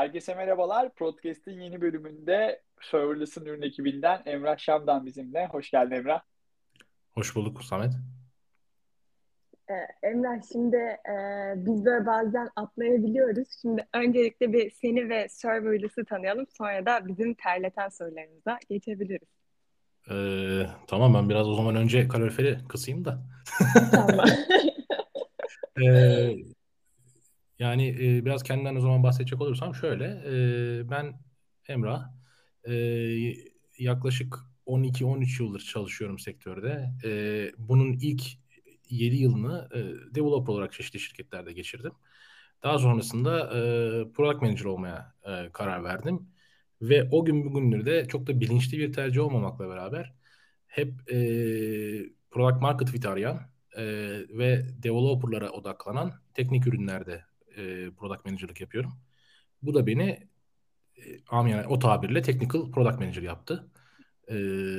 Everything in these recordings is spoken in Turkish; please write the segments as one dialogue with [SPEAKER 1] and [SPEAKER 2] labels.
[SPEAKER 1] Herkese merhabalar. Podcast'in yeni bölümünde Serverless'ın ürün ekibinden Emrah Şam'dan bizimle. Hoş geldin Emrah.
[SPEAKER 2] Hoş bulduk Samet.
[SPEAKER 3] Emrah şimdi biz böyle bazen atlayabiliyoruz. Şimdi öncelikle bir seni ve Serverless'ı tanıyalım. Sonra da bizim terleten sorularımıza geçebiliriz.
[SPEAKER 2] Tamam, ben biraz o zaman önce kaloriferi kısayım da.
[SPEAKER 3] Tamam.
[SPEAKER 2] Ee, biraz kendimden o zaman bahsedecek olursam şöyle. Ben Emrah. Ee, Yaklaşık 12-13 yıldır çalışıyorum sektörde. Bunun ilk 7 yılını developer olarak çeşitli şirketlerde geçirdim. Daha sonrasında product manager olmaya karar verdim. Ve o gün bugündür de çok da bilinçli bir tercih olmamakla beraber hep product market fit arayan ve developerlara odaklanan teknik ürünlerde product manager'lık yapıyorum. Bu da beni amiyane o tabirle technical product manager yaptı. E,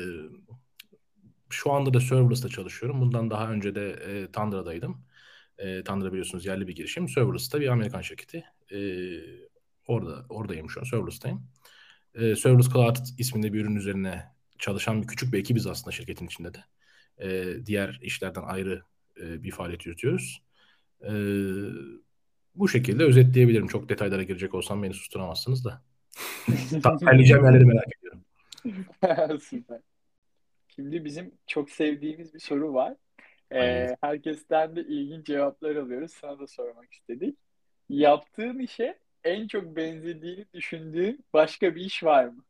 [SPEAKER 2] Şu anda da Serverless'ta çalışıyorum. Bundan daha önce de Tundra'daydım. Tundra biliyorsunuz yerli bir girişim. Serverless'ta bir Amerikan şirketi. Oradayım şu an. Serverless'tayım. Serverless Cloud isminde bir ürün üzerine çalışan bir küçük bir ekibiz aslında şirketin içinde de. Diğer işlerden ayrı bir faaliyet yürütüyoruz. E, Bu şekilde özetleyebilirim. Çok detaylara girecek olsam beni susturamazsınız da. Terleyeceğim yerleri merak ediyorum.
[SPEAKER 1] Süper. Şimdi bizim çok sevdiğimiz bir soru var.
[SPEAKER 2] Hayır.
[SPEAKER 1] Herkesten de ilginç cevaplar alıyoruz. Sana da sormak istedik. Yaptığın işe en çok benzediğini düşündüğün başka bir iş var mı?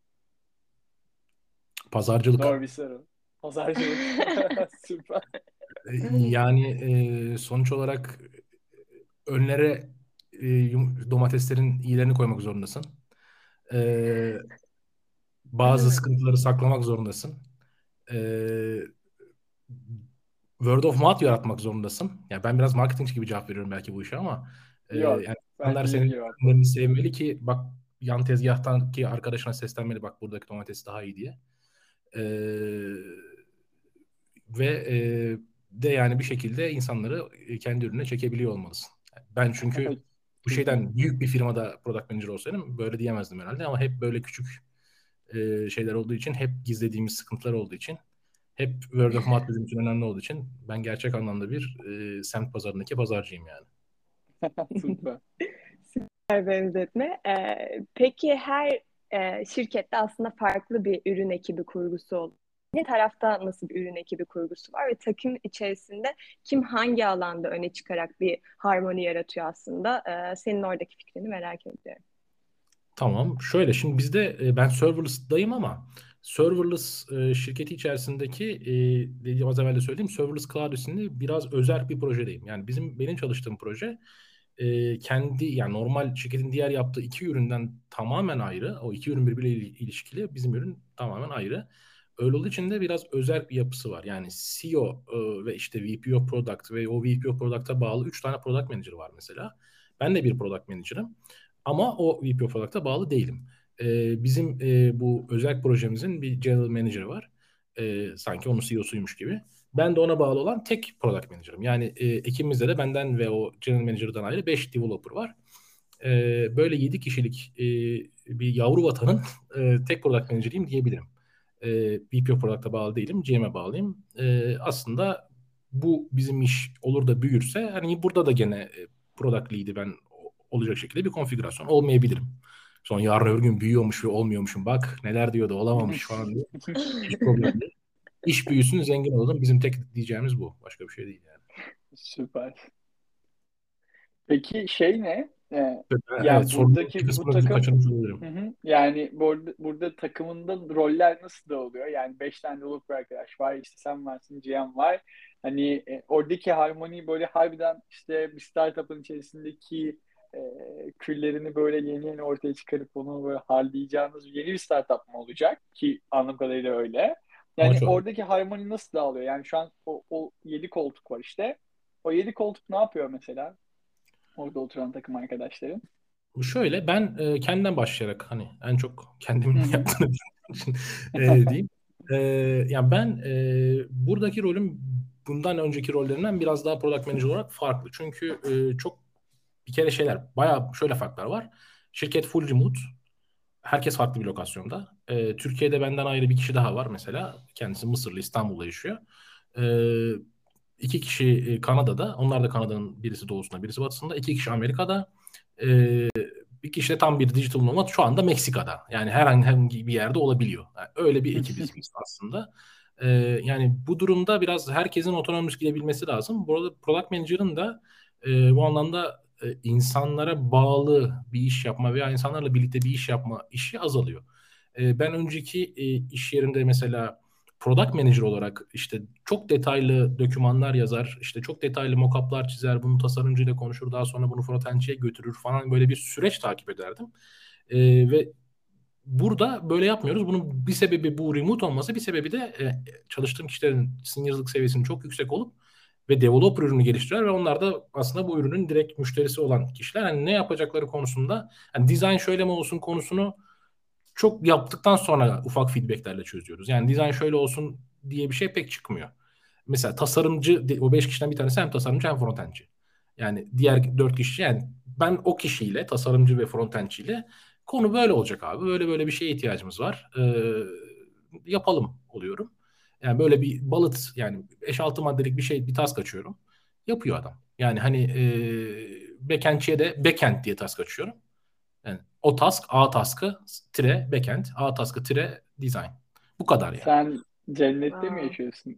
[SPEAKER 2] Pazarcılık.
[SPEAKER 1] Zor bir soru. Pazarcılık. Süper.
[SPEAKER 2] Sonuç olarak önlere domateslerin iyilerini koymak zorundasın. E, Bazı
[SPEAKER 3] Evet.
[SPEAKER 2] sıkıntıları saklamak zorundasın. E, Word of mouth yaratmak zorundasın. Yani ben biraz marketing gibi cevap veriyorum belki bu işe ama
[SPEAKER 1] Yok.
[SPEAKER 2] yani insanlar
[SPEAKER 1] Bence iyi bir
[SPEAKER 2] senin
[SPEAKER 1] cevap bu.
[SPEAKER 2] ürünlerini sevmeli ki bak yan tezgahtan ki arkadaşına seslenmeli bak buradaki domates daha iyi diye. E, ve de yani bir şekilde insanları kendi ürününe çekebiliyor olmalısın. Yani ben çünkü bu
[SPEAKER 1] Süper.
[SPEAKER 2] şeyden büyük bir firmada product manager olsaydım böyle diyemezdim herhalde ama hep böyle küçük şeyler olduğu için, hep gizlediğimiz sıkıntılar olduğu için, hep word of mouth bizim için önemli olduğu için ben gerçek anlamda bir semt pazarındaki pazarcıyım yani.
[SPEAKER 1] Süper.
[SPEAKER 3] Süper benzetme. Peki her şirkette aslında farklı bir ürün ekibi kurgusu oluyor. Ne tarafta nasıl bir ürün ekibi kurgusu var ve takım içerisinde kim hangi alanda öne çıkarak bir harmoni yaratıyor aslında? Senin oradaki fikrini merak ediyorum.
[SPEAKER 2] Tamam. Şöyle şimdi bizde ben serverless'dayım ama serverless şirketi içerisindeki dediğim az evvel de söylediğim serverless cloud üstünde biraz özel bir projedeyim. Yani benim çalıştığım proje kendi yani normal şirketin diğer yaptığı iki üründen tamamen ayrı. O iki ürün birbiriyle ilişkili. Bizim ürün tamamen ayrı. Öyle olduğu için de biraz özel bir yapısı var. Yani CEO ve işte VP of Product ve o VP of Product'a bağlı 3 tane Product Manager var mesela. Ben de bir Product Manager'ım. Ama o VP of Product'a bağlı değilim. Bizim bu özel projemizin bir General Manager'ı var. Sanki onun CEO'suymuş gibi. Ben de ona bağlı olan tek Product Manager'ım. Yani ekibimizde de benden ve o General Manager'dan ayrı 5 developer var. Böyle 7 kişilik bir yavru vatanın tek Product Manager'ıyım diyebilirim. VP of Product'a bağlı değilim, GM'e bağlıyım. Aslında bu bizim iş olur da büyürse hani burada da gene Product Lead'i ben olacak şekilde bir konfigürasyon olmayabilirim. Sonra yarın öbür gün büyüyormuş ve olmuyormuşum. Bak neler diyordu olamamış falan diye. Hiç problem değil. İş büyüsün zengin olalım. Bizim tek diyeceğimiz bu. Başka bir şey değil yani.
[SPEAKER 1] Süper. Peki şey ne?
[SPEAKER 2] Evet,
[SPEAKER 1] Yani
[SPEAKER 2] sorunun bir
[SPEAKER 1] buradaki bu
[SPEAKER 2] kısmını
[SPEAKER 1] takım
[SPEAKER 2] kaçırmış
[SPEAKER 1] hı
[SPEAKER 2] olabilirim.
[SPEAKER 1] hı. Yani burada takımında roller nasıl dağılıyor? Yani 5 tane developer arkadaş var, işte sen varsın, Cihan var. Hani oradaki harmoni böyle harbiden işte bir startup'ın içerisindeki e, küllerini böyle yeni yeni ortaya çıkarıp onu böyle harlayacağınız yeni bir startup mı olacak? Ki anladığım kadarıyla öyle. Yani
[SPEAKER 2] Amaç o.
[SPEAKER 1] oradaki harmoni nasıl dağılıyor? Yani şu an o 7 koltuk var işte. O 7 koltuk ne yapıyor mesela? Orada oturan takım arkadaşların.
[SPEAKER 2] Bu şöyle ben kendimden başlayarak hani en çok kendimin
[SPEAKER 1] Hı hı.
[SPEAKER 2] yaptığını düşündüğüm için diyeyim. E, Yani ben buradaki rolüm bundan önceki rollerimden biraz daha product manager olarak farklı. Çünkü çok bir kere şeyler bayağı şöyle farklar var. Şirket full remote. Herkes farklı bir lokasyonda. Türkiye'de benden ayrı bir kişi daha var mesela. Kendisi Mısırlı, İstanbul'da yaşıyor. Ee, 2 kişi Kanada'da. Onlar da Kanada'nın birisi doğusunda, birisi batısında. 2 kişi Amerika'da. Ee, Bir kişi de tam bir digital nomad şu anda Meksika'da. Yani herhangi bir yerde olabiliyor. Yani öyle bir ekibiz biz aslında. Ee, Yani bu durumda biraz herkesin otonomik gidebilmesi lazım. Bu arada Product Manager'ın da bu anlamda insanlara bağlı bir iş yapma veya insanlarla birlikte bir iş yapma işi azalıyor. Ben önceki iş yerimde mesela Product Manager olarak işte çok detaylı dokümanlar yazar, işte çok detaylı mock-up'lar çizer, bunu tasarımcıyla konuşur, daha sonra bunu frontendçiye götürür falan, böyle bir süreç takip ederdim. Ve burada böyle yapmıyoruz. Bunun bir sebebi bu remote olması, bir sebebi de çalıştığım kişilerin seniorlık seviyesinin çok yüksek olup ve developer ürünü geliştirer ve onlar da aslında bu ürünün direkt müşterisi olan kişiler. Hani ne yapacakları konusunda, hani design şöyle mi olsun konusunu çok yaptıktan sonra ufak feedbacklerle çözüyoruz. Yani dizayn şöyle olsun diye bir şey pek çıkmıyor. Mesela tasarımcı, o 5 kişiden bir tanesi hem tasarımcı hem frontendçi. Yani diğer 4 kişi, yani ben o kişiyle, tasarımcı ve frontendçiyle konu böyle olacak abi. Böyle böyle bir şeye ihtiyacımız var. Yapalım oluyorum. Yani böyle bir bullet, yani 5-6 maddelik bir şey, bir task açıyorum. Yapıyor adam. Yani hani backendçiye de backend diye task açıyorum. Yani o task, A task'ı tire backend, A task'ı tire design. Bu kadar yani.
[SPEAKER 1] Sen cennette mi
[SPEAKER 3] Wow.
[SPEAKER 1] yaşıyorsun?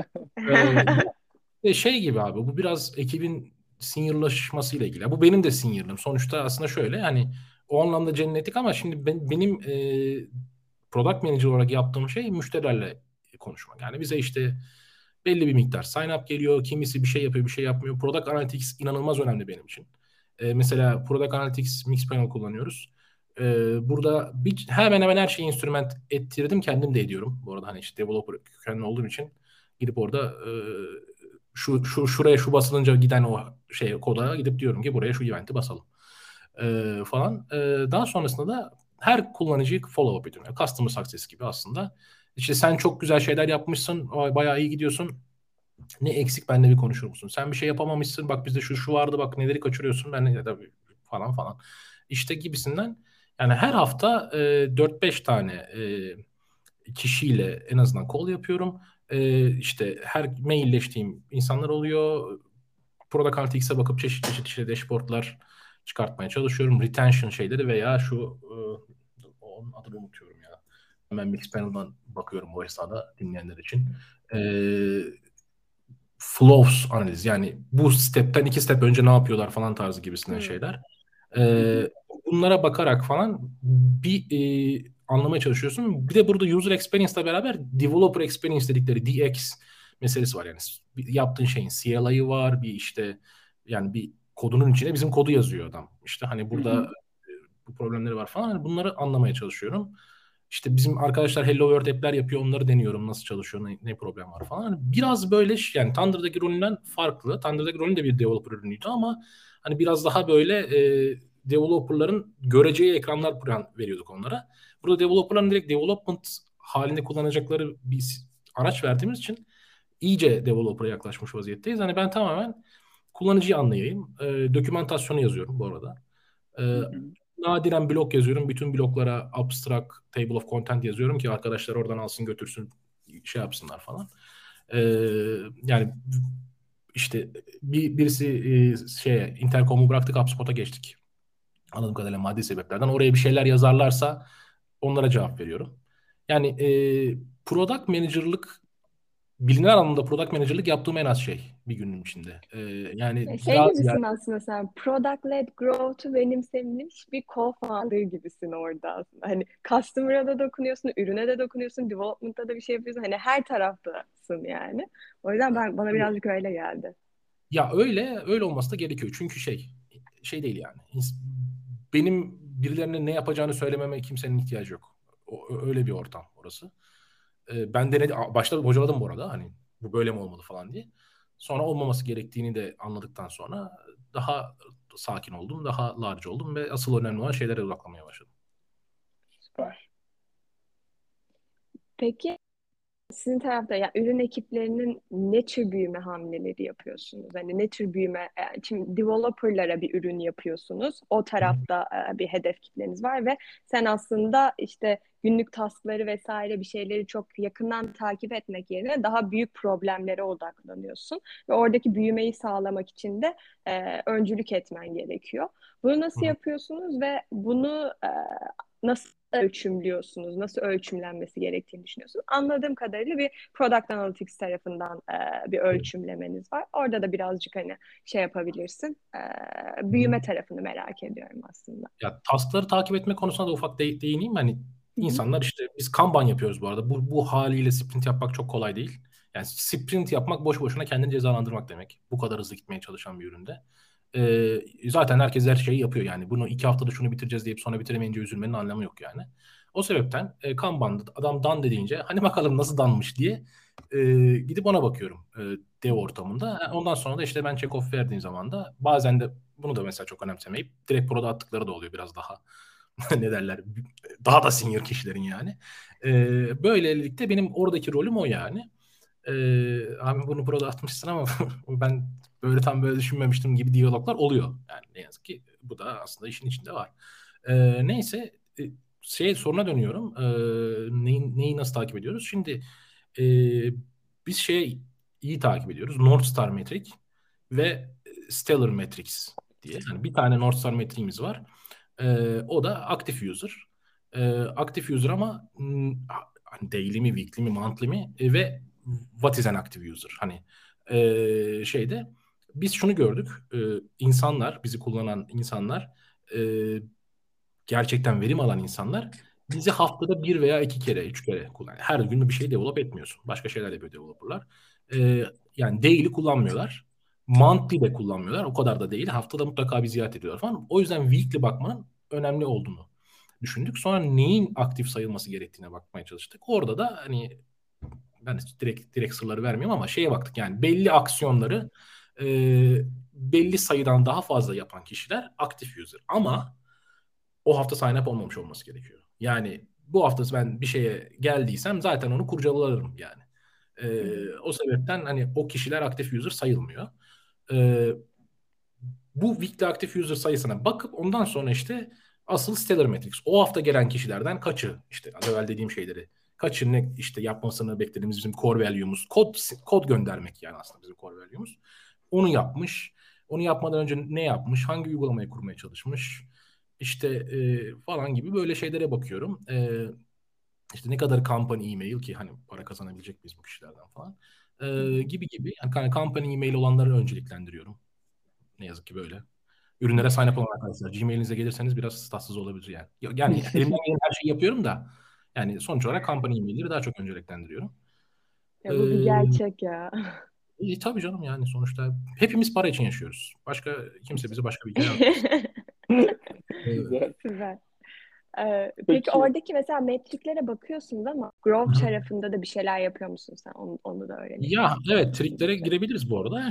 [SPEAKER 2] Şey gibi abi, bu biraz ekibin seniorlaşmasıyla ilgili. Bu benim de seniorlığım. Sonuçta aslında şöyle, hani o anlamda cennetlik ama şimdi benim product manager olarak yaptığım şey müşterilerle konuşmak. Yani bize işte belli bir miktar sign up geliyor. Kimisi bir şey yapıyor, bir şey yapmıyor. Product Analytics inanılmaz önemli benim için. Mesela Product Analytics Mixpanel kullanıyoruz. Burada hemen hemen her şeyi instrument ettirdim. Kendim de ediyorum. Bu arada hani işte developer kökenli olduğum için gidip orada şuraya şu basılınca giden o şey koda gidip diyorum ki buraya şu eventi basalım. Falan. Daha sonrasında da her kullanıcıyı follow up ediyorum. Yani customer success gibi aslında. İşte sen çok güzel şeyler yapmışsın, bayağı iyi gidiyorsun. Ne eksik, benimle bir konuşur musun? Sen bir şey yapamamışsın, bak bizde şu şu vardı, bak neleri kaçırıyorsun, ben ya da falan falan. İşte gibisinden. Yani her hafta 4-5 tane kişiyle en azından call yapıyorum. İşte her mailleştiğim insanlar oluyor. Product Analytics'e bakıp çeşit çeşit işte dashboardlar çıkartmaya çalışıyorum. Retention şeyleri veya şu onun adını unutuyorum ya. Hemen Mixpanel'dan bakıyorum bu esnada dinleyenler için. Flows analiz, yani bu step'ten 2 step önce ne yapıyorlar falan tarzı gibisinden
[SPEAKER 3] Hmm.
[SPEAKER 2] şeyler.
[SPEAKER 1] Hı hı.
[SPEAKER 2] Bunlara bakarak falan bir anlamaya çalışıyorsun. Bir de burada user experience'la beraber developer experience dedikleri DX meselesi var. Yani yaptığın şeyin CLI'ı var, bir işte yani bir kodunun içine bizim kodu yazıyor adam. İşte hani
[SPEAKER 1] Hı
[SPEAKER 2] burada
[SPEAKER 1] hı.
[SPEAKER 2] bu problemleri var falan. Hani bunları anlamaya çalışıyorum. İşte bizim arkadaşlar Hello World app'ler yapıyor. Onları deniyorum. Nasıl çalışıyor, ne problem var falan. Hani biraz böyle yani Thunder'daki rolünden farklı. Thunder'daki rolün de bir developer ürünüydü ama hani biraz daha böyle developerların göreceği ekranlar veriyorduk onlara. Burada developerların direkt development halinde kullanacakları bir araç verdiğimiz için iyice developer'a yaklaşmış vaziyetteyiz. Hani ben tamamen kullanıcıyı anlayayım. Dokümantasyonu yazıyorum bu arada.
[SPEAKER 1] Hı
[SPEAKER 2] Ee,
[SPEAKER 1] hı.
[SPEAKER 2] Nadiren blok yazıyorum. Bütün bloklara abstract table of content yazıyorum ki arkadaşlar oradan alsın götürsün, şey yapsınlar falan. Ee, Yani işte birisi Intercom'u bıraktık, HubSpot'a geçtik. Anladığım kadarıyla maddi sebeplerden. Oraya bir şeyler yazarlarsa onlara cevap veriyorum. Yani product manager'lık, bilinen anlamda product manager'lık yaptığım en az şey bir günün içinde. Yani
[SPEAKER 3] Şey
[SPEAKER 2] daha
[SPEAKER 3] gibisin
[SPEAKER 2] ziyade.
[SPEAKER 3] aslında, sen product-led growth'u benimsemiş bir co-founder gibisin orada aslında. Hani customer'a da dokunuyorsun, ürüne de dokunuyorsun, development'ta da bir şey yapıyorsun. Hani her taraftasın yani. O yüzden bana birazcık öyle geldi.
[SPEAKER 2] Ya öyle olması da gerekiyor. Çünkü şey değil yani. Benim birilerine ne yapacağını söylememe kimsenin ihtiyacı yok. Öyle bir ortam orası. Ben başta hocaladım bu arada, hani bu böyle mi olmalı falan diye. Sonra olmaması gerektiğini de anladıktan sonra daha sakin oldum, daha large oldum ve asıl önemli olan şeylere odaklanmaya başladım.
[SPEAKER 1] Süper.
[SPEAKER 3] Peki Sizin tarafta ya ürün ekiplerinin ne tür büyüme hamleleri yapıyorsunuz? Hani ne tür büyüme, şimdi developerlara bir ürün yapıyorsunuz. O tarafta bir hedef kitleniz var ve sen aslında işte günlük taskları vesaire bir şeyleri çok yakından takip etmek yerine daha büyük problemlere odaklanıyorsun. Ve oradaki büyümeyi sağlamak için de öncülük etmen gerekiyor. Bunu nasıl yapıyorsunuz ve bunu nasıl ölçümlüyorsunuz? Nasıl ölçümlenmesi gerektiğini düşünüyorsunuz? Anladığım kadarıyla bir Product Analytics tarafından bir ölçümlemeniz var. Orada da birazcık hani şey yapabilirsin. Büyüme tarafını merak ediyorum aslında.
[SPEAKER 2] Ya taskları takip etme konusuna da ufak değineyim. Hani insanlar işte biz Kanban yapıyoruz bu arada. Bu haliyle sprint yapmak çok kolay değil. Yani sprint yapmak boş boşuna kendini cezalandırmak demek. Bu kadar hızlı gitmeye çalışan bir üründe. Zaten herkes her şeyi yapıyor yani. Bunu 2 haftada şunu bitireceğiz deyip sonra bitiremeyince üzülmenin anlamı yok yani. O sebepten Kanban'da adam done dediğince hani bakalım nasıl danmış diye gidip ona bakıyorum dev ortamında. Ondan sonra da işte ben check-off verdiğim zaman da bazen de bunu da mesela çok önemsemeyip direkt proda attıkları da oluyor biraz daha ne derler daha da senior kişilerin yani. Böylelikle benim oradaki rolüm o yani. Abi bunu proda atmışsın ama ben böyle tam böyle düşünmemiştim gibi diyaloglar oluyor. Yani ne yazık ki bu da aslında işin içinde var. Neyse soruna dönüyorum. Neyi nasıl takip ediyoruz? Şimdi e, biz iyi takip ediyoruz. North Star Metric ve Stellar Metrics diye. Yani bir tane North Star metriğimiz var. O da Active User. Active User ama hani daily mi, weekly mi, monthly mi ve what is an active user? Hani biz şunu gördük. İnsanlar, bizi kullanan insanlar e, gerçekten verim alan insanlar bizi haftada 1 veya 2 kere, 3 kere kullanıyor. Her gün bir şey develop etmiyorsun. Başka şeyler yapıyor developerlar. Yani daily kullanmıyorlar. Monthly de kullanmıyorlar. O kadar da değil. Haftada mutlaka bir ziyaret ediyorlar falan. O yüzden weekly bakmanın önemli olduğunu düşündük. Sonra neyin aktif sayılması gerektiğine bakmaya çalıştık. Orada da hani ben direkt sırları vermiyorum ama şeye baktık yani belli aksiyonları e, belli sayıdan daha fazla yapan kişiler aktif user. Ama o hafta sign up olmamış olması gerekiyor. Yani bu hafta ben bir şeye geldiysem zaten onu kurcalarım yani. O sebepten hani o kişiler aktif user sayılmıyor. Ee, Bu weekly active user sayısına bakıp ondan sonra işte asıl stellar metrics. O hafta gelen kişilerden kaçı işte az evvel dediğim şeyleri kaçı ne işte yapmasını beklediğimiz bizim core value'umuz kod göndermek yani aslında bizim core value'umuz. Onu yapmış. Onu yapmadan önce ne yapmış? Hangi uygulamayı kurmaya çalışmış? İşte falan gibi böyle şeylere bakıyorum. İşte ne kadar company e-mail ki hani para kazanabilecek miyiz bu kişilerden falan. Gibi gibi. Yani company e-mail olanları önceliklendiriyorum. Ne yazık ki böyle. Ürünlere sign up olan arkadaşlar. Gmail'inize gelirseniz biraz tatsız olabilir yani. Yani elimden gelen her şeyi yapıyorum da yani sonuç olarak company e-mailleri daha çok önceliklendiriyorum.
[SPEAKER 3] Ya bu bir gerçek ya.
[SPEAKER 2] Tabii canım yani sonuçta hepimiz para için yaşıyoruz. Başka kimse bizi başka bir yere almaz.
[SPEAKER 1] Güzel.
[SPEAKER 3] Süper. Peki
[SPEAKER 1] Peki.
[SPEAKER 3] oradaki mesela metriklere bakıyorsunuz ama growth tarafında da bir şeyler yapıyor musun sen? Onu da öğrenelim.
[SPEAKER 2] Ya evet triklere girebiliriz bu arada. Yani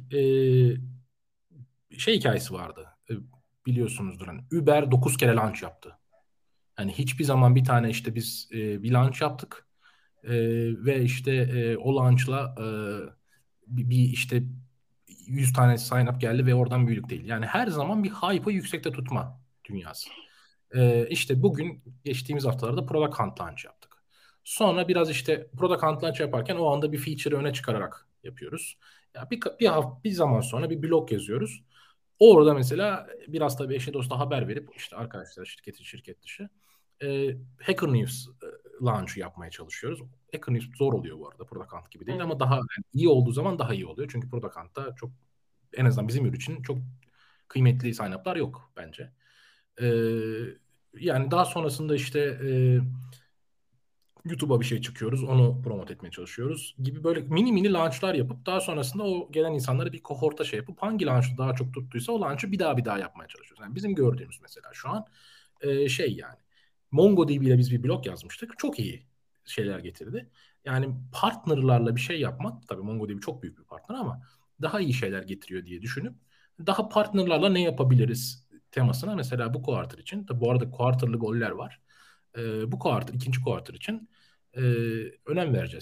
[SPEAKER 2] hikayesi vardı. Biliyorsunuzdur hani Uber 9 kere launch yaptı. Yani hiçbir zaman bir tane işte biz bir launch yaptık. Ve işte o launch'la bir işte 100 tane sign up geldi ve oradan büyüdük değil. Yani her zaman bir hype'ı yüksekte tutma dünyası. İşte bugün geçtiğimiz haftalarda Product Hunt launch yaptık. Sonra biraz işte Product Hunt launch yaparken o anda bir feature'ı öne çıkararak yapıyoruz. Ya bir zaman sonra bir blog yazıyoruz. Orada mesela biraz tabii eşe dosta haber verip işte arkadaşlar şirket dışı Hacker News launch'u yapmaya çalışıyoruz. Hacker News zor oluyor bu arada. Product Hunt gibi değil
[SPEAKER 3] Evet.
[SPEAKER 2] ama daha yani iyi olduğu zaman daha iyi oluyor. Çünkü Product Hunt'ta çok en azından bizim ürün için çok kıymetli sign-up'lar yok bence. Ee, Yani daha sonrasında işte YouTube'a bir şey çıkıyoruz. Onu promote etmeye çalışıyoruz gibi böyle mini mini launchlar yapıp daha sonrasında o gelen insanları bir kohorta şey yapıp hangi launch'ı daha çok tuttuysa o launch'ı bir daha yapmaya çalışıyoruz. Yani bizim gördüğümüz mesela şu an yani MongoDB ile biz bir blog yazmıştık. Çok iyi şeyler getirdi. Yani partnerlarla bir şey yapmak tabii MongoDB çok büyük bir partner ama daha iyi şeyler getiriyor diye düşünüp daha partnerlarla ne yapabiliriz temasına mesela bu quarter için tabii bu arada quarterlı goller var. Bu quarter, ikinci quarter için e, önem vereceğiz.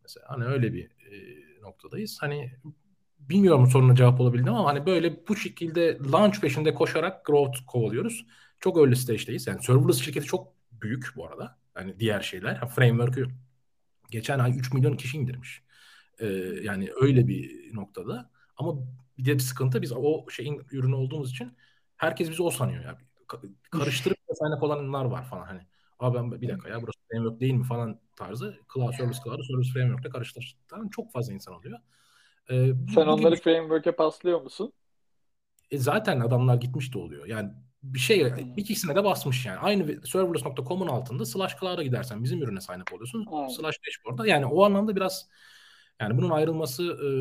[SPEAKER 2] mesela. Hani öyle bir noktadayız. Hani bilmiyorum soruna cevap olabildim ama hani böyle bu şekilde launch peşinde koşarak growth kovalıyoruz. Çok early stage'deyiz. Yani serverless şirketi çok büyük bu arada. Hani diğer şeyler. Yani framework'ü geçen ay 3 milyon kişi indirmiş. Yani öyle bir noktada. Ama bir de bir sıkıntı, biz o şeyin ürünü olduğumuz için herkes bizi o sanıyor ya. Karıştırıp sign up olanlar var falan hani. Abi ben bir dakika ya, burası framework değil mi falan tarzı. Cloud Service Cloud'u Service Framework'le karıştıran çok fazla insan oluyor.
[SPEAKER 1] Sen
[SPEAKER 2] Bu gibi
[SPEAKER 1] onları framework'e paslıyor musun?
[SPEAKER 2] zaten adamlar gitmiş de oluyor. Yani bir şey
[SPEAKER 1] Hmm.
[SPEAKER 2] ikisine de basmış yani. Aynı serverless.com'un altında slash cloud'a gidersen bizim ürüne sign up oluyorsun.
[SPEAKER 1] Aynen.
[SPEAKER 2] Slash dashboard'a. Yani o anlamda biraz, yani bunun ayrılması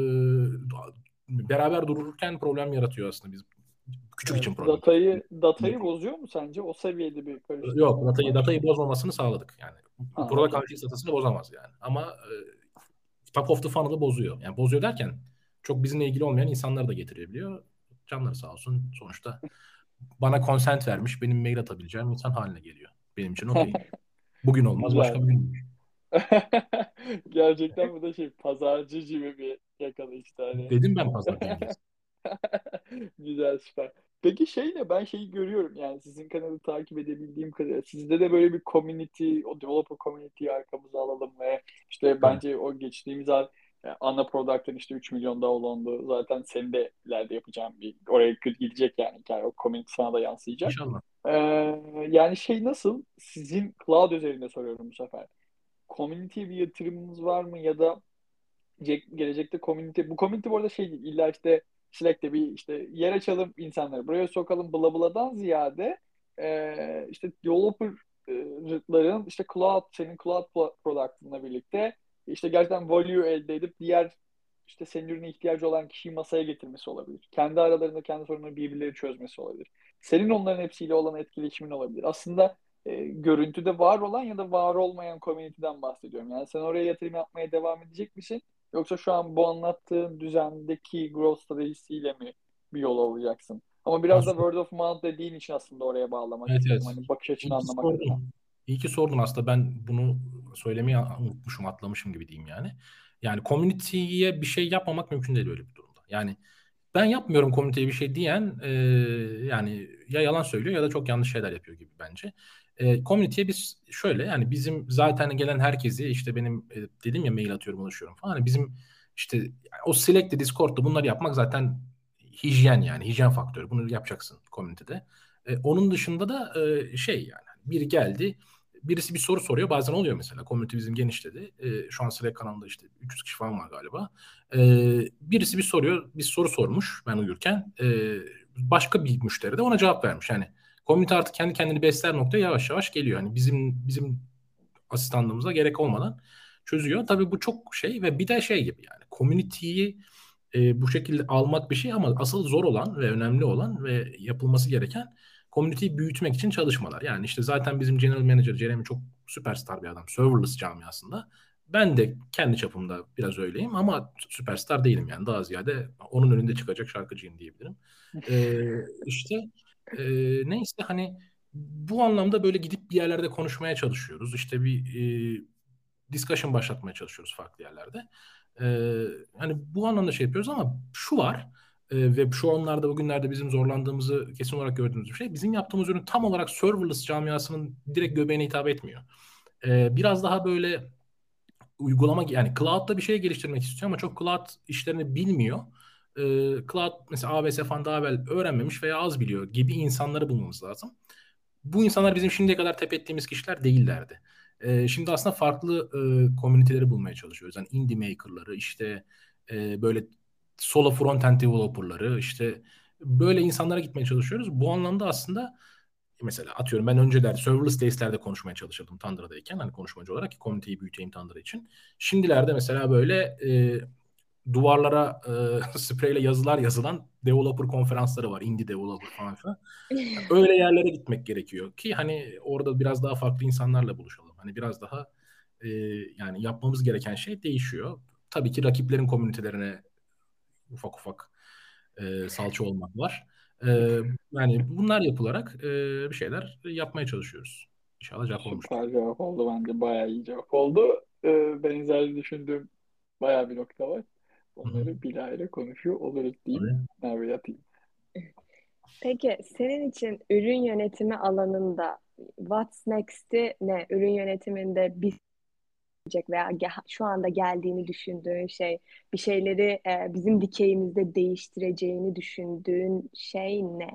[SPEAKER 2] beraber dururken problem yaratıyor aslında, biz küçük
[SPEAKER 1] Evet.
[SPEAKER 2] için problem.
[SPEAKER 1] Datayı bozuyor mu sence? O seviyede bir
[SPEAKER 2] Yok,
[SPEAKER 1] karıştırma mı var?
[SPEAKER 2] datayı bozmamasını sağladık yani.
[SPEAKER 1] Ha,
[SPEAKER 2] Product
[SPEAKER 1] okey.
[SPEAKER 2] analitik datasını bozamaz yani. Ama top of the funnel'ı bozuyor. Yani bozuyor derken çok bizimle ilgili olmayan insanları da getirebiliyor. Canları sağ olsun. Sonuçta bana consent vermiş, benim mail atabileceğim insan haline geliyor. Benim için okey. Bugün olmaz, başka
[SPEAKER 1] Güzel.
[SPEAKER 2] bir gün.
[SPEAKER 1] Gerçekten bu da pazarcı gibi bir yakalayış hani.
[SPEAKER 2] Dedim ben pazar dengesi.
[SPEAKER 1] Güzel, süper. Peki ben şeyi görüyorum yani sizin kanalı takip edebildiğim kadarıyla sizde de böyle bir community, o developer community'yi arkamıza alalım ve işte
[SPEAKER 2] Tabii.
[SPEAKER 1] bence o geçtiğimiz ay ana product'ın işte 3 milyon download'u zaten senin de ileride yapacağın bir oraya gidecek yani hikaye, o community sana da yansıyacak.
[SPEAKER 2] İnşallah.
[SPEAKER 1] Ee, Yani nasıl sizin cloud üzerinde soruyorum bu sefer. Community'ye bir yatırımınız var mı ya da gelecekte bu community bu arada değil, illa işte Slack'te bir işte yer açalım, insanları buraya sokalım bla bla'dan ziyade işte developer'ların işte senin cloud product'ınla birlikte işte gerçekten value elde edip diğer işte senin ürüne ihtiyacı olan kişiyi masaya getirmesi olabilir. Kendi aralarında kendi sorunları birbirleri çözmesi olabilir. Senin onların hepsiyle olan etkileşimin olabilir. Aslında görüntüde var olan ya da var olmayan community'den bahsediyorum. Yani sen oraya yatırım yapmaya devam edecek misin? Yoksa şu an bu anlattığın düzendeki growth stratejisiyle mi bir yol alacaksın? Ama biraz da
[SPEAKER 2] Aslında,
[SPEAKER 1] word of mouth dediğin için aslında oraya bağlamak
[SPEAKER 2] evet
[SPEAKER 1] istedim.
[SPEAKER 2] evet.
[SPEAKER 1] Hani bakış açını
[SPEAKER 2] İyi ki
[SPEAKER 1] anlamak adına.
[SPEAKER 2] sordun. İyi ki sordun aslında. Ben bunu söylemeyi unutmuşum, atlamışım gibi diyeyim yani. Yani community'ye bir şey yapmamak mümkün değil öyle bir durumda. Yani ben yapmıyorum komüniteye bir şey diyen yani ya yalan söylüyor ya da çok yanlış şeyler yapıyor gibi bence. Komüniteye biz şöyle, yani bizim zaten gelen herkesi işte benim dedim ya, mail atıyorum, ulaşıyorum falan. Hani bizim işte yani o Slack'te, Discord'da bunları yapmak zaten hijyen, yani hijyen faktörü. Bunu yapacaksın komünitede. Onun dışında da yani biri geldi, birisi bir soru soruyor. Bazen oluyor mesela. Komünite bizim genişledi. Şu an Slack kanalında işte 300 kişi falan var galiba. Birisi bir soru sormuş ben uyurken. Başka bir müşteri de ona cevap vermiş. Yani komünite artık kendi kendini besler noktaya yavaş yavaş geliyor. Yani bizim asistanlığımıza gerek olmadan çözüyor. Tabii bu çok ve bir de gibi, yani community'yi bu şekilde almak bir şey, ama asıl zor olan ve önemli olan ve yapılması gereken community'yi büyütmek için çalışmalar. Yani işte zaten bizim General Manager Jeremy çok süperstar bir adam. Serverless camiasında. Ben de kendi çapımda biraz öyleyim ama süperstar değilim yani. Daha ziyade onun önünde çıkacak şarkıcıyım diyebilirim. İşte neyse, hani bu anlamda böyle gidip bir yerlerde konuşmaya çalışıyoruz. İşte bir discussion başlatmaya çalışıyoruz farklı yerlerde. Hani bu anlamda yapıyoruz ama şu var ve şu anlarda bugünlerde bizim zorlandığımızı kesin olarak gördüğümüz bir şey. Bizim yaptığımız ürün tam olarak serverless camiasının direkt göbeğine hitap etmiyor. Biraz daha böyle uygulama, yani cloud'da bir şey geliştirmek istiyor ama çok cloud işlerini bilmiyor. Cloud mesela AWS falan daha evvel öğrenmemiş veya az biliyor gibi insanları bulmamız lazım. Bu insanlar bizim şimdiye kadar ettiğimiz kişiler değillerdi. Şimdi aslında farklı komüniteleri bulmaya çalışıyoruz. Yani indie maker'ları, işte böyle solo front-end developer'ları, işte böyle insanlara gitmeye çalışıyoruz. Bu anlamda aslında mesela atıyorum, ben önceler serverless days'lerde konuşmaya çalışırdım Tundrada'yken, hani konuşmacı olarak ki komüniteyi büyüteyim Tundra için. Şimdilerde mesela böyle duvarlara spreyle yazılar yazılan developer konferansları var. Indie developer falan filan. Öyle yerlere gitmek gerekiyor ki hani orada biraz daha farklı insanlarla buluşalım. Hani biraz daha e, yani yapmamız gereken şey değişiyor. Tabii ki rakiplerin komünitelerine ufak ufak salça olmak var. E, Yani bunlar yapılarak bir şeyler yapmaya çalışıyoruz. İnşallah cevap olmuştur.
[SPEAKER 1] Süper cevap oldu bence. Bayağı iyi cevap oldu. Benzer düşündüğüm bayağı bir nokta var.
[SPEAKER 2] Hı hı.
[SPEAKER 1] Onları bilahare konuşuyor oluruz diyeyim.
[SPEAKER 2] Tabii.
[SPEAKER 1] Merve'ye atayım.
[SPEAKER 3] Peki senin için ürün yönetimi alanında what's next'i ne? Ürün yönetiminde bitecek veya şu anda geldiğini düşündüğün şey, bir şeyleri bizim dikeyimizde değiştireceğini düşündüğün şey ne?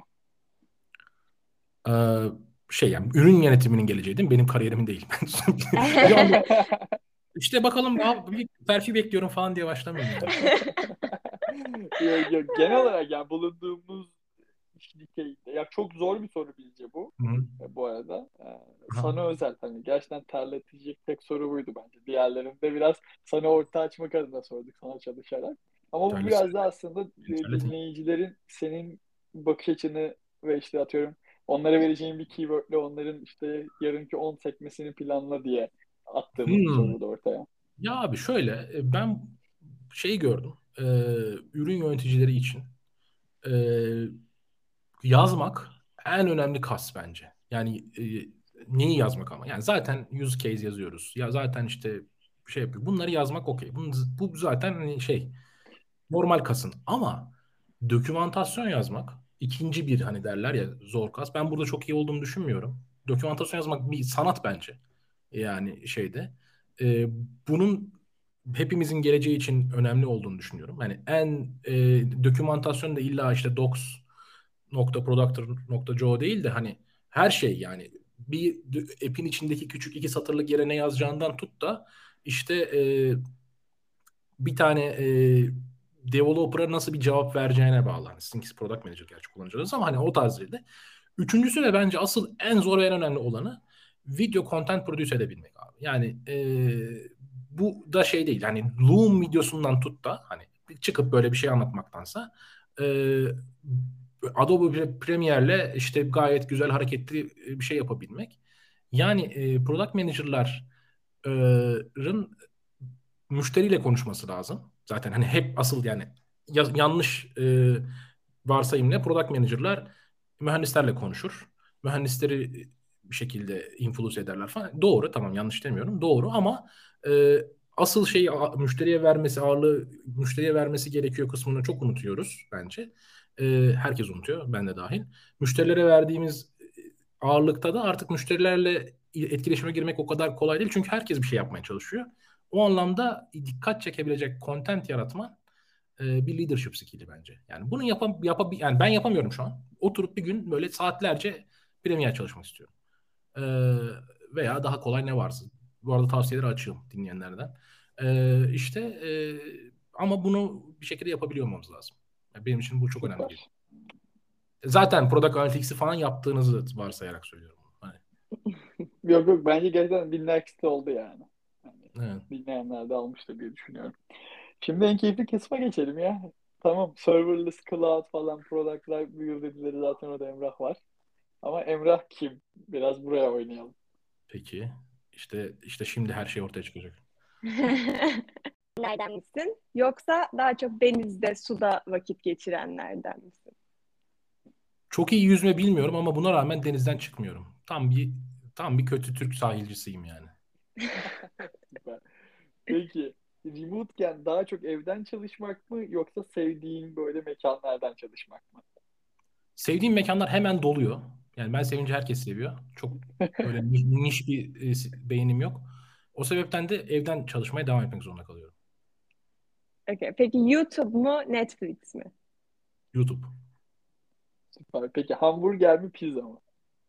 [SPEAKER 2] Ee, yani ürün yönetiminin geleceği değil mi? Benim kariyerimin değil. Bir anda işte bakalım abi, bir terfi bekliyorum falan diye başlamayayım yani.
[SPEAKER 1] Yok, yok. Genel olarak yani bulunduğumuz dikeyde. Ya çok zor bir soru bilce bu.
[SPEAKER 2] Hı hı.
[SPEAKER 1] Bu arada.
[SPEAKER 2] Aha.
[SPEAKER 1] Sana özel. Hani gerçekten terletecek tek soru buydu bence. Diğerlerinde biraz sana orta açmak adına sorduk sana çalışarak. Ama bu
[SPEAKER 2] Terlesin.
[SPEAKER 1] biraz da aslında
[SPEAKER 2] Terletin.
[SPEAKER 1] dinleyicilerin senin bakış açını ve işte atıyorum onlara vereceğin bir keywordle onların işte yarınki 10 sekmesini planla diye attığımız bir
[SPEAKER 2] Hmm.
[SPEAKER 1] soru da ortaya.
[SPEAKER 2] Ya abi şöyle ben şeyi gördüm. Ürün yöneticileri için e, yazmak en önemli kas bence. Yani neyi yazmak ama? Yani zaten use case yazıyoruz. Ya zaten işte bir şey yapıyor. Bunları yazmak okey. Bu zaten hani şey normal kasın. Ama dokümantasyon yazmak ikinci bir hani derler ya zor kas. Ben burada çok iyi olduğumu düşünmüyorum. Dokümantasyon yazmak bir sanat bence. Yani şeyde. E, bunun hepimizin geleceği için önemli olduğunu düşünüyorum. Yani dokümantasyon da illa işte docs.productor.co değil de hani her şey yani bir app'in içindeki küçük iki satırlık yere ne yazacağından tut da işte bir tane developer'a nasıl bir cevap vereceğine bağlı. Hani sizinkisi product manager gerçi kullanacağız ama hani o tarz değil de. Üçüncüsü ve bence asıl en zor ve en önemli olanı video content produce edebilmek abi. Yani bu da şey değil. Yani Loom videosundan tut da hani çıkıp böyle bir şey anlatmaktansa e, Adobe Premiere'le işte gayet güzel hareketli bir şey yapabilmek. Yani product manager'ların müşteriyle konuşması lazım. Zaten hani hep asıl yani yanlış varsayım ne? Product manager'lar mühendislerle konuşur. Mühendisleri bir şekilde influence ederler falan. Doğru, tamam, yanlış demiyorum. Doğru ama e, asıl şeyi müşteriye vermesi, ağırlığı müşteriye vermesi gerekiyor kısmını çok unutuyoruz bence. Herkes unutuyor, ben de dahil. Müşterilere verdiğimiz ağırlıkta da artık müşterilerle etkileşime girmek o kadar kolay değil. Çünkü herkes bir şey yapmaya çalışıyor. O anlamda dikkat çekebilecek content yaratman bir leadership skill'i bence. Yani bunu yani ben yapamıyorum şu an. Oturup bir gün böyle saatlerce Premiere çalışmak istiyorum. E, veya daha kolay ne varsa. Bu arada tavsiyeleri açığım dinleyenlerden. İşte ama bunu bir şekilde yapabiliyor olmamız lazım. Yani benim için bu çok önemli geliyor.
[SPEAKER 1] Süper.
[SPEAKER 2] Zaten Product Analytics'i falan yaptığınızı varsayarak söylüyorum. Hani,
[SPEAKER 1] Yok, yok, bence gerçekten bir next oldu yani. Yani
[SPEAKER 2] evet.
[SPEAKER 1] dinleyenler de almıştır diye düşünüyorum. Şimdi en keyifli kısma geçelim ya. Tamam, serverless cloud falan productlar build edileri zaten orada Emrah var. Ama Emrah kim? Biraz buraya oynayalım.
[SPEAKER 2] Peki. İşte şimdi her şey ortaya çıkacak.
[SPEAKER 3] Nereden misin? Yoksa daha çok denizde, suda vakit geçirenlerden misin?
[SPEAKER 2] Çok iyi yüzme bilmiyorum ama buna rağmen denizden çıkmıyorum. Tam bir kötü Türk sahilcisiyim yani.
[SPEAKER 1] Süper. Peki, remote'ken daha çok evden çalışmak mı yoksa sevdiğin böyle mekanlardan çalışmak mı?
[SPEAKER 2] Sevdiğim mekanlar hemen doluyor. Yani ben sevince herkes seviyor. Çok böyle niş bir beğenim yok. O sebepten de evden çalışmaya devam etmek zorunda kalıyorum.
[SPEAKER 3] Okay. Peki YouTube mu, Netflix mi?
[SPEAKER 2] YouTube.
[SPEAKER 1] Süper. Peki hamburger mi pizza mı?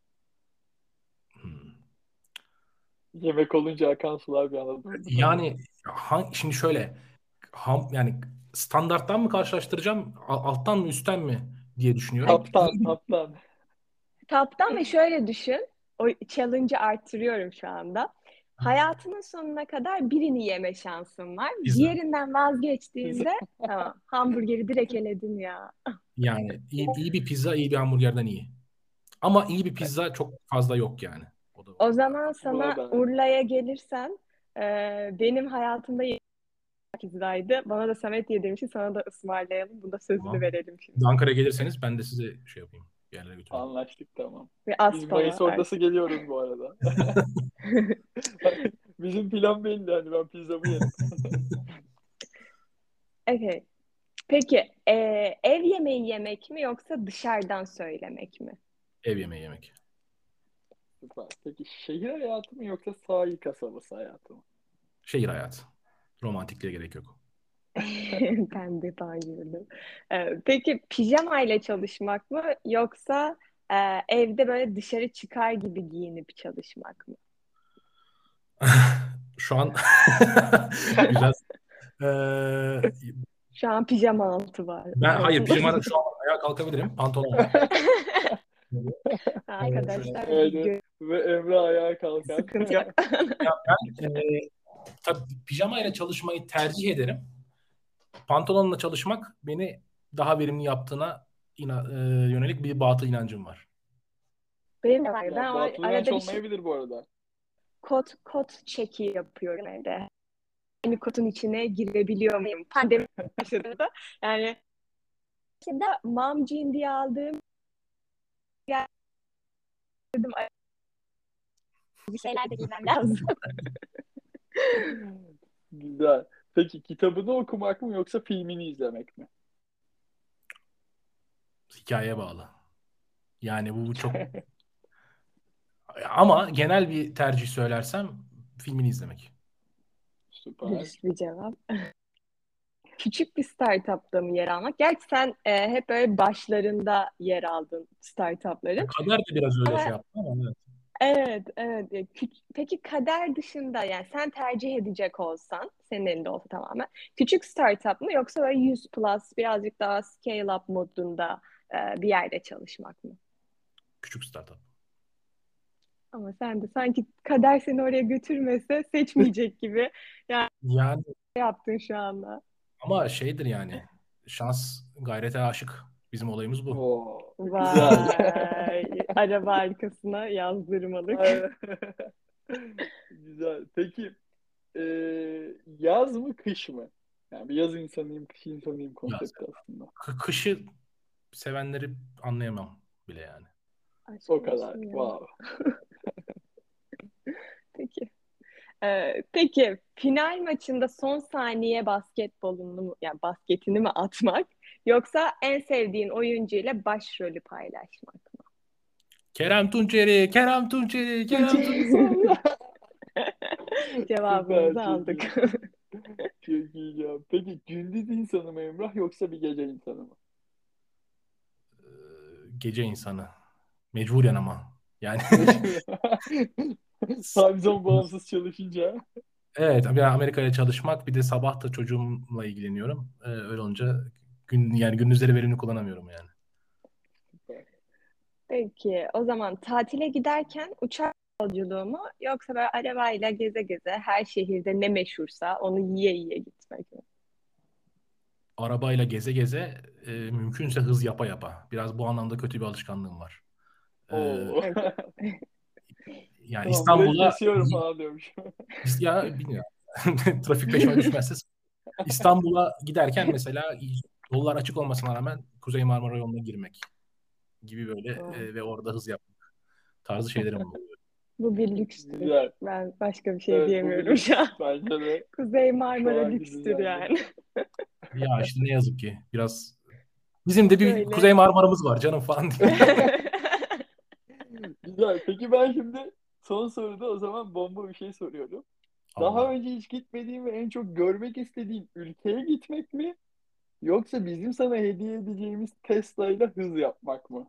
[SPEAKER 2] Hmm.
[SPEAKER 1] Yemek olunca akan sular bir anda durdu tabii.
[SPEAKER 2] Yani şimdi şöyle yani standarttan mı karşılaştıracağım, alttan mı üstten mi diye düşünüyorum.
[SPEAKER 1] Taptan, taptan.
[SPEAKER 3] Taptan ve şöyle düşün. O challenge'ı arttırıyorum şu anda. Hayatının sonuna kadar birini yeme şansın var.
[SPEAKER 2] Pizza.
[SPEAKER 3] Diğerinden
[SPEAKER 1] Pizza.
[SPEAKER 3] vazgeçtiğinde tamam, hamburgeri direkt eledin ya.
[SPEAKER 2] Yani iyi bir pizza iyi bir hamburgerden iyi. Ama iyi bir pizza çok fazla yok yani. O da
[SPEAKER 3] O
[SPEAKER 2] var.
[SPEAKER 3] zaman
[SPEAKER 1] Buna
[SPEAKER 3] sana
[SPEAKER 1] da
[SPEAKER 3] Urla'ya gelirsen benim hayatımda pizzaydı. Bana da Samet yedirmişti. Sana da ısmarlayalım. Bunda sözünü
[SPEAKER 2] Tamam.
[SPEAKER 3] verelim
[SPEAKER 2] Siz
[SPEAKER 3] şimdi.
[SPEAKER 2] Ankara'ya gelirseniz ben de size şey yapayım. Bir yerlere götüreyim.
[SPEAKER 1] anlaştık, tamam.
[SPEAKER 3] Ve
[SPEAKER 1] Biz
[SPEAKER 3] Aspava
[SPEAKER 1] Mayıs ortası
[SPEAKER 3] artık.
[SPEAKER 1] geliyoruz bu arada. Bizim plan belli. Hani ben pizzamı yerim.
[SPEAKER 3] Okay. Peki ev yemeği yemek mi yoksa dışarıdan söylemek mi?
[SPEAKER 2] Ev yemeği yemek.
[SPEAKER 1] Süper. Peki şehir hayatı mı yoksa sahil kasabası hayatı mı?
[SPEAKER 2] Şehir hayatı. Romantikliğe gerek yok.
[SPEAKER 3] Ben de bayıldım. Peki pijama ile çalışmak mı yoksa evde böyle dışarı çıkar gibi giyinip çalışmak mı?
[SPEAKER 2] Şu an biraz eee,
[SPEAKER 3] Şu an pijama altı var
[SPEAKER 2] hayır,
[SPEAKER 3] altında.
[SPEAKER 2] pijama şu an ayağa kalkabilirim. Pantolon var. Şöyle,
[SPEAKER 3] Arkadaşlar
[SPEAKER 1] Öyle. Ve Emre ayağa kalkar.
[SPEAKER 3] sıkıntı yok.
[SPEAKER 2] ya ben tabii pijama ile çalışmayı tercih ederim. Pantolonla çalışmak beni daha verimli yaptığına yönelik bir batıl inancım var.
[SPEAKER 3] Benim de var.
[SPEAKER 1] Ya
[SPEAKER 3] Ben
[SPEAKER 1] batıl inanç
[SPEAKER 3] arada bir şey
[SPEAKER 1] olmayabilir bu arada.
[SPEAKER 3] kot çeki yapıyorum evde. Aynı kotun içine girebiliyor muyum? Pandemi başladığında. Yani şimdi mom jean diye aldığım dedim bir şeyler de giymem lazım.
[SPEAKER 1] Güzel. Peki kitabını okumak mı yoksa filmini izlemek mi?
[SPEAKER 2] Hikayeye bağlı. Yani bu çok ama genel bir tercih söylersem filmini izlemek.
[SPEAKER 1] Süper.
[SPEAKER 3] Dürüst bir cevap. Küçük bir startupta mı yer almak? Gerçi sen hep böyle başlarında yer aldın startupların.
[SPEAKER 2] Kader de biraz öyle şey
[SPEAKER 3] Ama
[SPEAKER 2] yaptı ama evet.
[SPEAKER 3] evet. Peki kader dışında yani sen tercih edecek olsan, senin elinde olsa tamamen küçük startup mı yoksa böyle 100 plus birazcık daha scale up modunda bir yerde çalışmak mı?
[SPEAKER 2] Küçük startup.
[SPEAKER 3] Ama sen de sanki kader seni oraya götürmese seçmeyecek gibi yani
[SPEAKER 2] Yani
[SPEAKER 3] yaptın şu anda.
[SPEAKER 2] ama şeydir yani şans gayrete aşık. Bizim olayımız bu.
[SPEAKER 1] Oo, güzel.
[SPEAKER 3] Vay, araba arkasına yazdırmalık.
[SPEAKER 1] Aynen. Güzel. Peki yaz mı kış mı? Yani bir yaz insanıyım, kış insanıyım
[SPEAKER 2] Yaz.
[SPEAKER 1] konsepti aslında.
[SPEAKER 2] Kışı sevenleri anlayamam bile yani.
[SPEAKER 3] Aşk
[SPEAKER 1] O kadar.
[SPEAKER 3] olsun ya.
[SPEAKER 1] Wow.
[SPEAKER 3] Peki. Peki final maçında son saniye yani basketini mi atmak yoksa en sevdiğin oyuncuyla başrolü paylaşmak mı?
[SPEAKER 2] Kerem Tunçeri, Kerem Tunçeri, Kerem Tunçeri.
[SPEAKER 1] Süper,
[SPEAKER 3] Cevabımızı
[SPEAKER 1] çok iyi.
[SPEAKER 3] aldık.
[SPEAKER 1] Çok iyi cevap. Peki gündüz insanı mı Emrah yoksa bir gece insanı mı?
[SPEAKER 2] Gece insanı. Mecburen ama. Yani
[SPEAKER 1] Time zone bağımsız çalışınca.
[SPEAKER 2] evet, bir Amerika'ya çalışmak, bir de sabah da çocuğumla ilgileniyorum. Öyle olunca yani gündüzleri verimli kullanamıyorum yani.
[SPEAKER 3] Peki o zaman tatile giderken uçak yolculuğu mu yoksa böyle arabayla geze geze her şehirde ne meşhursa onu yiye yiye gitmek mi?
[SPEAKER 2] Arabayla geze geze mümkünse hız yapa yapa. Biraz bu anlamda kötü bir alışkanlığım var. E,
[SPEAKER 1] Oo.
[SPEAKER 3] Okay.
[SPEAKER 2] Yani
[SPEAKER 1] Tamam burayı
[SPEAKER 2] İstanbul'a
[SPEAKER 1] kesiyorum falan diyormuş.
[SPEAKER 2] ya bilmiyorum. Trafik peşime düşmezse İstanbul'a giderken mesela yollar açık olmasına rağmen Kuzey Marmara yoluna girmek gibi böyle
[SPEAKER 3] Wow.
[SPEAKER 2] ve orada hız yapmak tarzı şeylerim oluyor.
[SPEAKER 3] Bu bir lükstür.
[SPEAKER 1] Güzel.
[SPEAKER 3] Ben başka bir şey
[SPEAKER 1] Evet bu bir
[SPEAKER 3] diyemiyorum şu
[SPEAKER 1] lüks.
[SPEAKER 3] an.
[SPEAKER 1] Bence de
[SPEAKER 3] Kuzey
[SPEAKER 1] şu
[SPEAKER 3] Marmara
[SPEAKER 1] anki
[SPEAKER 3] lükstür
[SPEAKER 1] düzende.
[SPEAKER 3] yani.
[SPEAKER 2] Ya işte ne yazık ki biraz bizim de bir
[SPEAKER 3] Böyle.
[SPEAKER 2] Kuzey Marmara'mız var canım falan diye.
[SPEAKER 1] Güzel. Peki ben şimdi son soruda o zaman bomba bir şey soruyorum. Daha
[SPEAKER 2] Allah.
[SPEAKER 1] önce hiç gitmediğin ve en çok görmek istediğin ülkeye gitmek mi? Yoksa bizim sana hediye edeceğimiz Tesla ile hız yapmak mı?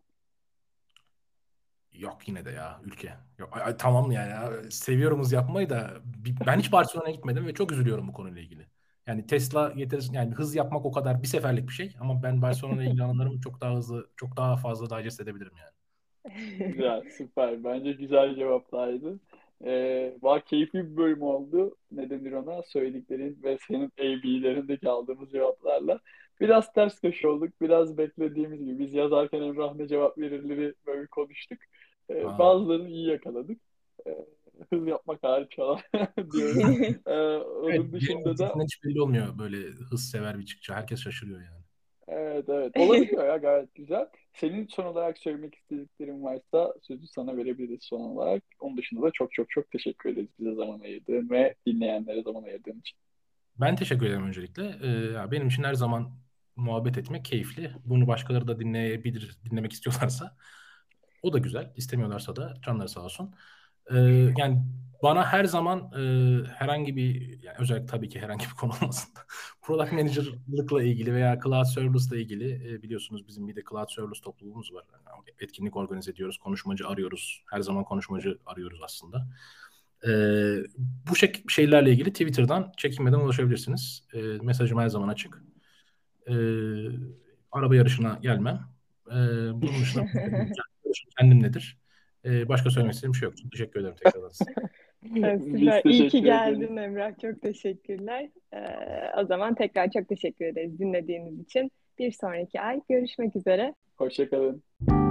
[SPEAKER 2] Yok yine de ya ülke. Yok, tamam yani ya, seviyoruz yapmayı da ben hiç Barcelona'ya gitmedim ve çok üzülüyorum bu konuyla ilgili. Yani Tesla getirirsin yani hız yapmak o kadar bir seferlik bir şey ama ben Barcelona'ya ilgili anılarımı çok daha hızlı, çok daha fazla digest edebilirim yani.
[SPEAKER 1] Güzel, süper. Bence güzel cevaplardı. Keyifli bir bölüm oldu. Ne denir ona? Söylediklerin ve senin AB'lerindeki aldığımız cevaplarla. Biraz ters köşe olduk. Biraz beklediğimiz gibi. Biz yazarken Emrah ne cevap verirleri böyle konuştuk.
[SPEAKER 2] Aa.
[SPEAKER 1] Bazılarını iyi yakaladık. Hız yapmak hariç falan diyorum.
[SPEAKER 2] Evet,
[SPEAKER 1] Onun
[SPEAKER 2] birinin
[SPEAKER 1] dışında da
[SPEAKER 2] sesinden hiç belli olmuyor böyle hız sever bir çıkça. Herkes şaşırıyor yani.
[SPEAKER 1] evet olabiliyor ya gayet güzel. Senin son olarak söylemek istediklerin varsa sözü sana verebiliriz son olarak. Onun dışında da çok çok çok teşekkür ederiz bize zaman ayırdığın ve dinleyenlere zaman ayırdığın için.
[SPEAKER 2] Ben teşekkür ederim öncelikle. Ya benim için her zaman muhabbet etmek keyifli. Bunu başkaları da dinleyebilir, dinlemek istiyorlarsa. O da güzel. İstemiyorlarsa da canları sağ olsun. Ee, Yani bana her zaman herhangi bir, yani özellikle tabii ki herhangi bir konu olmasın da, product manager'lıkla ilgili veya cloud serverless'la ilgili biliyorsunuz bizim bir de cloud serverless topluluğumuz var. Yani etkinlik organize ediyoruz, konuşmacı arıyoruz. Her zaman konuşmacı arıyoruz aslında. Bu şeylerle ilgili Twitter'dan çekinmeden ulaşabilirsiniz. Mesajım her zaman açık. Ee, Araba yarışına gelmem. Bunun dışında kendim nedir? Başka söylemek istediğim bir şey yok. Çok teşekkür ederim tekrardan size.
[SPEAKER 3] Evet,
[SPEAKER 1] Biz
[SPEAKER 3] süper. İyi ki
[SPEAKER 1] teşekkür ederiz.
[SPEAKER 3] geldin Emrah. Çok teşekkürler. O zaman tekrar çok teşekkür ederiz dinlediğiniz için. Bir sonraki ay görüşmek üzere.
[SPEAKER 1] Hoşça kalın.